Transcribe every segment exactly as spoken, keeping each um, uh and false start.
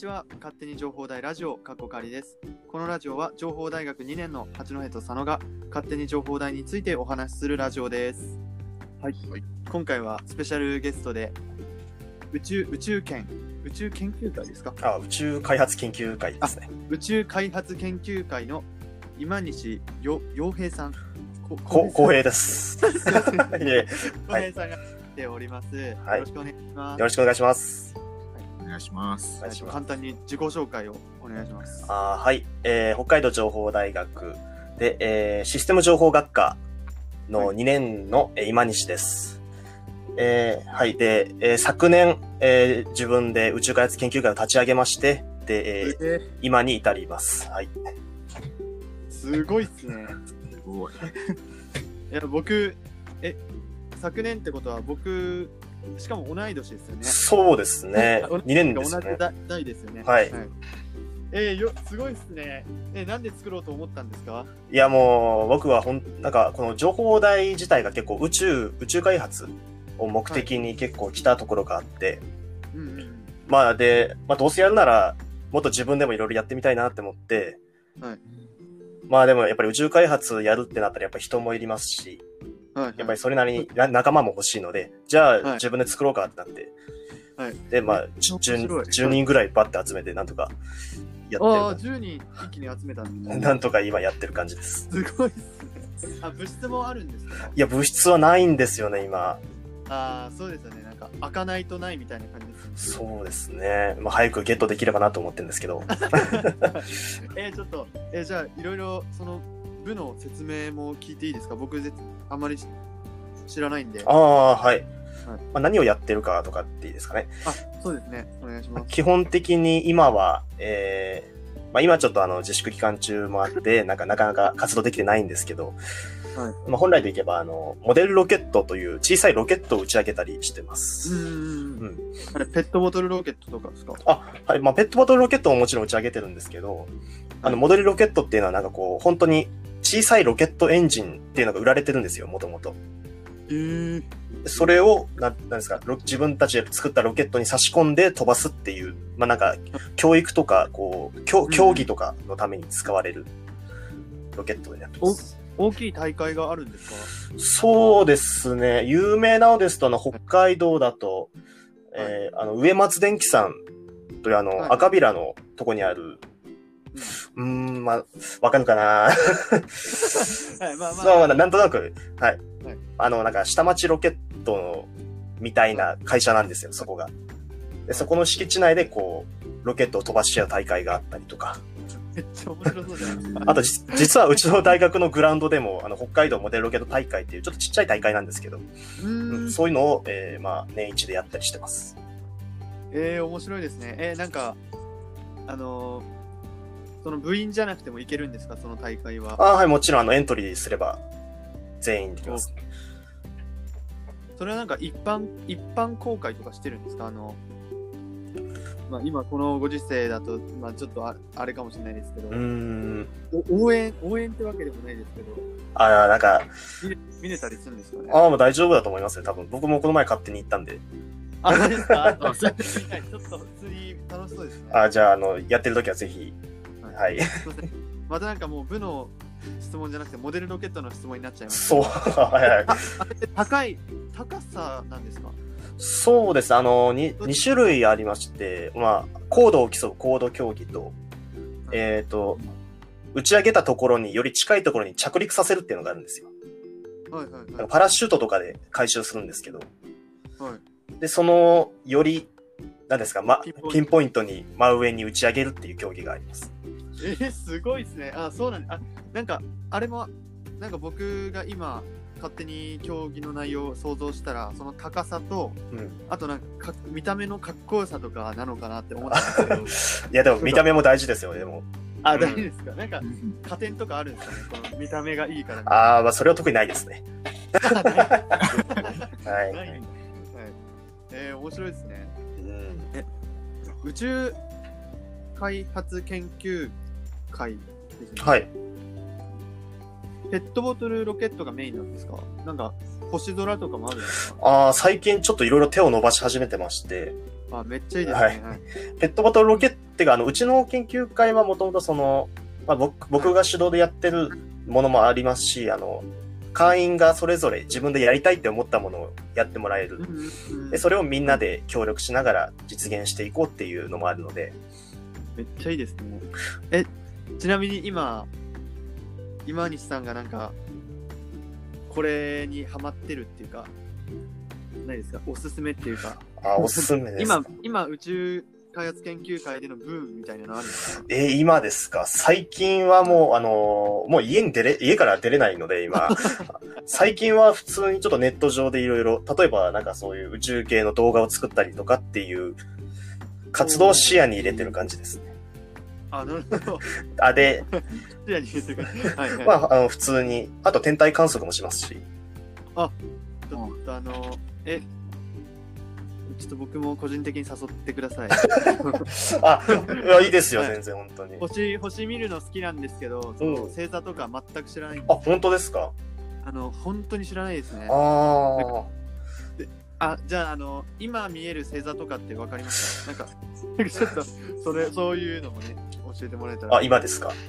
ちは。勝手に情報大ラジオかっこかりです。このラジオは情報大学にねんの八戸と佐野が勝手に情報大についてお話しするラジオです。はい、はい、今回はスペシャルゲストで宇宙宇宙研宇宙研究会ですか？ あ、宇宙開発研究会ですね。 宇宙開発研究会の今西よ陽平さん。 こ浩平です。 浩平さんが来ております、はい。よろしくお願いします。 よろしくお願いします。 お願いします。 簡単に自己紹介をお願いします。 あはい、えー、北海道情報大学で、えー、システム情報学科のにねんの、はい、今西です。えー、はい。で、えー、昨年、えー、自分で宇宙開発研究会を立ち上げまして、で、えーえー、今に至ります。はい。 すごいっすね。 すごい。 いや、僕、え、昨年ってことは僕、しかも同い年ですよね。 そうですね。にねんですよね。 同じ代ですよね。 はい。はい、 えー、よ、すごいですね。え、なんで作ろうと思ったんですか？ いや、もう、僕はほん、なんか、この情報大自体が結構宇宙、宇宙開発を目的に結構来たところがあって、はい、うんうん、まあ、で、まあ、どうせやるなら、もっと自分でもいろいろやってみたいなって思って、はい、まあでもやっぱり宇宙開発やるってなったらやっぱり人もいりますし、はいはい、やっぱりそれなりに仲間も欲しいので、じゃあ自分で作ろうかってなって、はい、で、まあ 10, じゅうにんぐらいバッて集めてなんとかやってる。 ああ、じゅうにん一気に集めたんですね。なんとか今やってる感じです。 すごいっすね。あ、物質もあるんですか？ いや、物質はないんですよね、今。 ああ、そうですよね。なんか開かないとないみたいな感じです。 そうですね。まあ早くゲットできればなと思ってるんですけど。 えー、ちょっと、えー、じゃあいろいろその部の説明も聞いていいですか？僕あんまり知らないんで。 ああ、はい。はい、まあ、何をやってるかとかっていいですかね。 あ、そうですね。お願いします。 基本的に今は、えー、まあ今ちょっとあの自粛期間中もあって、なんかなかなか活動できてないんですけど、はい、まあ本来でいけばあのモデルロケットという小さいロケットを打ち上げたりしてます。うん、 うん。あれペットボトルロケットとかですか？ あ、はい。まあペットボトルロケットももちろん打ち上げてるんですけど、はい、あのモデルロケットっていうのはなんかこう本当に小さいロケットエンジンっていうのが売られてるんですよ、もともと。 えー、 それをな、なんですか、自分たちで作ったロケットに差し込んで飛ばすっていう、まあなんか教育とかこう競技とかのために使われるロケットになってます。 大きい大会があるんですか？ そうですね。有名なのですと、あの、北海道だと、はい、えー、あの、上松電機さんというあの、はい、赤平のとこにある、うん、うーん、まあ、わかるかなはい、まあまあ。そう、なんとなく、はい。はい、あの、なんか、下町ロケットの、みたいな会社なんですよ、そこが。で、そこの敷地内で、こう、ロケットを飛ばし合う大会があったりとか。 めっちゃ面白そうじゃないですか。 あと、実はうちの大学のグラウンドでも、あの、北海道モデルロケット大会っていう、ちょっとちっちゃい大会なんですけど、うん、そういうのを、えー、まあ、年一でやったりしてます。 えー、面白いですね。えー、なんか、あのー、その部員じゃなくてもいけるんですか、その大会は。 あ、はい、もちろん、あの、エントリーすれば、全員できます。 それはなんか一般、一般公開とかしてるんですか？あの、まあ、今このご時世だと、まあ、ちょっと あ, あれかもしれないですけど、うーん応援、応援ってわけでもないですけど、 ああ、なんか見れ、見れたりするんですかね。 ああ、もう大丈夫だと思いますよ、多分。僕もこの前勝手に行ったんで。 あ、そうですか？ちょっと釣り楽しそうですね。 あ、じゃあ、あの、やってるときはぜひ、はい。はい、 またなんかもう部の質問じゃなくて、モデルロケットの質問になっちゃいます。 そう、はいはい。 あれって高い、高さなんですか？ そうです。あの、に、に種類ありまして、まあ、高度を競う高度競技と、えっと、打ち上げたところにより近いところに着陸させるっていうのがあるんですよ。はいはいはい。パラシュートとかで回収するんですけど、はい。で、その、より、何ですか、ま、ピンポイントに真上に打ち上げるっていう競技があります。 えー、すごいですね。あ、そうなんだ。あ、なんか、あれも、なんか僕が今、勝手に競技の内容を想像したら、その高さと、うん、あとなんかか見た目のかっこよさとかなのかなって思ったんですけど。 いやでも見た目も大事ですよ、でも。 あ、大事ですか。なんか加点とかあるんですかね、この見た目がいいから、ね。 ああ、まあそれは特にないですね。はい。 はい。えー、面白いですね。うん、え、宇宙開発研究会ですね。はい。ペットボトルロケットがメインなんですか？なんか星空とかもあるんですか？ ああ、最近ちょっといろいろ手を伸ばし始めてまして、 あ、めっちゃいいですね。 はい。ペットボトルロケットが、あの、うちの研究会はもともとその、まあ、僕、僕が主導でやってるものもありますし、あの、会員がそれぞれ自分でやりたいって思ったものをやってもらえる。で、それをみんなで協力しながら実現していこうっていうのもあるので。 めっちゃいいですね。え、ちなみに今、今西さんがなんか、これにハマってるっていうか、ないですか、おすすめっていうか。 あ、おすすめです。 今、今、宇宙開発研究会でのブームみたいなのあるんですか？ えー、今ですか。最近はもう、あのー、もう家に出れ、家から出れないので、今。最近は普通にちょっとネット上でいろいろ、例えばなんかそういう宇宙系の動画を作ったりとかっていう活動を視野に入れてる感じですね。 あ、なるほど。 あ、で、 視野に入れてる感じ。はいはい。 まあ、あの、普通に、あと天体観測もしますし。 あ、ちょっとあの、え、ちょっと僕も個人的に誘ってください。 あ、いや、いいですよ、 はい、 全然、本当に。 星、星見るの好きなんですけど、その星座とか全く知らないんです。 あ、本当ですか？ あの、本当に知らないですね。 ああ。あ、じゃあ、あの、今見える星座とかってわかりますか？なんか、ちょっと、それ、そういうのもね、教えてもらえたら。 あ、今ですか？はい、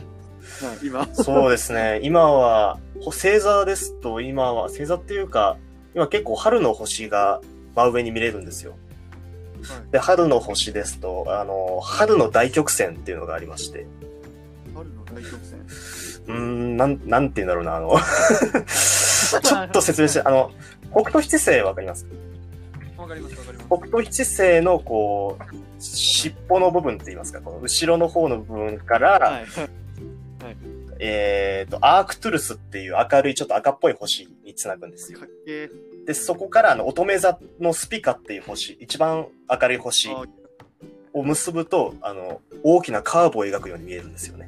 今。 そうですね。今は、星座ですと、今は、星座っていうか、今結構春の星が真上に見れるんですよ。はい、で、春の星ですと、あの、春の大曲線っていうのがありまして。 春の大曲線？ うーん、なん、なんて言うんだろうな、あの、ちょっと説明して、あの、北斗七星わかります？ わかります、わかります。 北斗七星の、こう、尻尾の部分って言いますか、この後ろの方の部分から、はいはい、えっと、アークトゥルスっていう明るいちょっと赤っぽい星につなぐんですよ。で、そこからあの乙女座のスピカっていう星、一番明るい星を結ぶと、あの、大きなカーブを描くように見えるんですよね。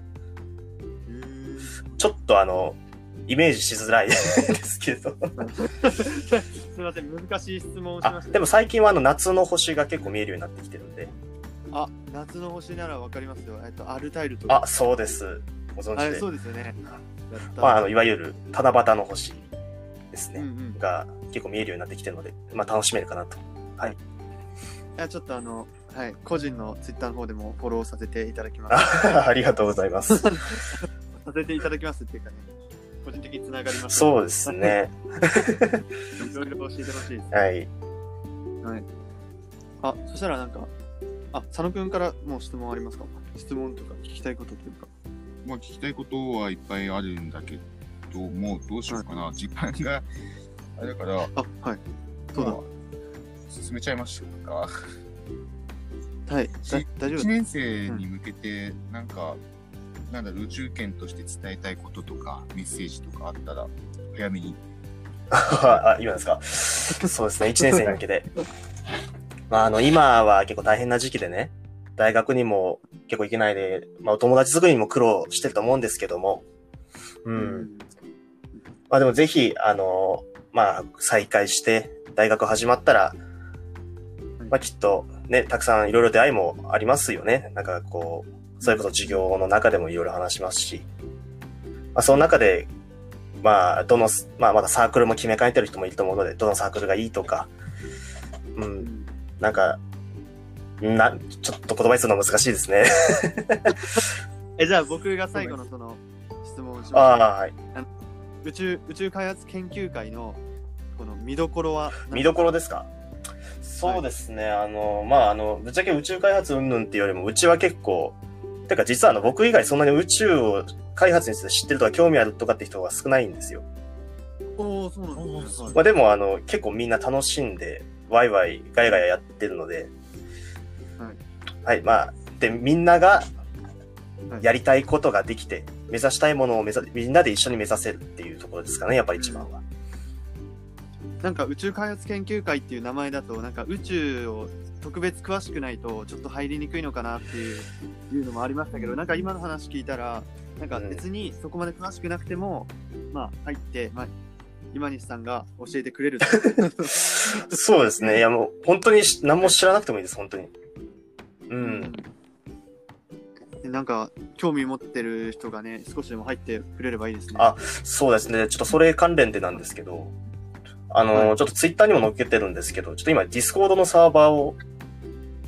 ちょっとあの、イメージしづらいですけど。 すみません、難しい質問をしました。 でも最近はあの夏の星が結構見えるようになってきてるんで。 あ、夏の星ならわかりますよ。えっと、アルタイルとか。 あ、そうです。ご存知で。 そうですよね。 まあ、あの、いわゆる七夕の星ですね。うんうん、が結構見えるようになってきてるので、まあ楽しめるかなと。はい。いや、ちょっとあの、はい、個人のツイッターの方でもフォローさせていただきます。 ありがとうございます。 させていただきますっていうかね、個人的につながりました。 そうですね。 いろいろ教えてほしいです。 はい。 はい。あ、そしたらなんか、あ、佐野くんからもう質問ありますか？質問とか聞きたいことというか。 まあ聞きたいことはいっぱいあるんだけど、もうどうしようかな。はい、時間があれだから。 あ、はい。そうだ。 進めちゃいましょうか。 はい。大丈夫。 いちねん生に向けて、なんか、うん、なんだろう、宇宙圏として伝えたいこととか、メッセージとかあったら、早めに。 あ、今ですか。そうですね、いちねん生に向けて。まあ、あの、今は結構大変な時期でね、大学にも結構行けないで、まあ、お友達作りにも苦労してると思うんですけども、うん。うん、まあ、でもぜひ、あの、まあ、再開して、大学始まったら、まあ、きっと、ね、たくさんいろいろ出会いもありますよね。なんかこう、それこそ授業の中でもいろいろ話しますし、まあ、その中で、まあ、どの、まあ、まだサークルも決め替えてる人もいると思うので、どのサークルがいいとか、うん、なんか、な、ちょっと言葉にするのは難しいですね。 え、じゃあ僕が最後のその質問をします。 ああ、はい。 宇宙、宇宙開発研究会のこの見どころは？ 見どころですか？そうですね。はい、あの、まあ、あの、ぶっちゃけ宇宙開発云々っていうよりも、うちは結構、てか実はあの、僕以外そんなに宇宙を開発について知ってるとか興味あるとかって人が少ないんですよ。 おー、そうなんですね。 まあでも、あの、結構みんな楽しんで、ワイワイ、ガヤガヤやってるので、はい。はい、まあ、で、みんなが、やりたいことができて、目指したいものを目指、みんなで一緒に目指せるっていうところですかね、やっぱり一番は。 なんか宇宙開発研究会っていう名前だと、なんか宇宙を特別詳しくないとちょっと入りにくいのかなっていう、いうのもありましたけど、なんか今の話聞いたら、なんか別にそこまで詳しくなくても、うん、まあ入って、まあ、今西さんが教えてくれる。 そうですね。いやもう本当に何も知らなくてもいいです、本当に。うん。 うん、なんか興味持ってる人がね、少しでも入ってくれればいいですね。 あ、そうですね。ちょっとそれ関連でなんですけど、あの、はい、ちょっとツイッターにも載っけてるんですけど、ちょっと今ディスコードのサーバーを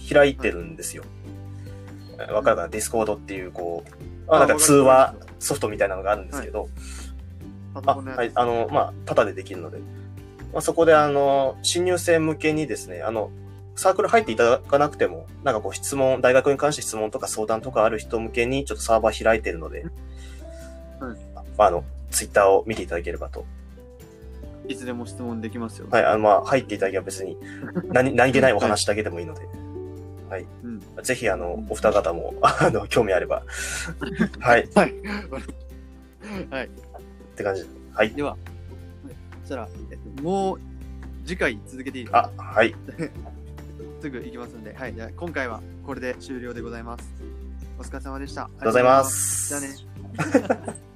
開いてるんですよ。わかるかな？ディスコードっていう、こう、あなんか通話ソフトみたいなのがあるんですけど、はい、あ、はい、あの、まあ、タダでできるので、まあ、そこで、あの、新入生向けにですね、あの、サークル入っていただかなくても、なんかこう質問、大学に関して質問とか相談とかある人向けにちょっとサーバー開いてるので、 うん、 まあ、あの、ツイッターを見ていただければと。 いつでも質問できますよ。 はい、あの、まあ、入っていただければ別に何、何気ないお話だけでもいいので、はい。うん、ぜひ、あの、お二方も、あの、興味あれば、はい。 はい。はい。 って感じ。はい。 では、そしたら、えっと、もう、次回続けていいですか？ あ、はい。 すぐ行きますんで、はい。じゃあ今回はこれで終了でございます。お疲れ様でした。ありがとうございます。 じゃあね。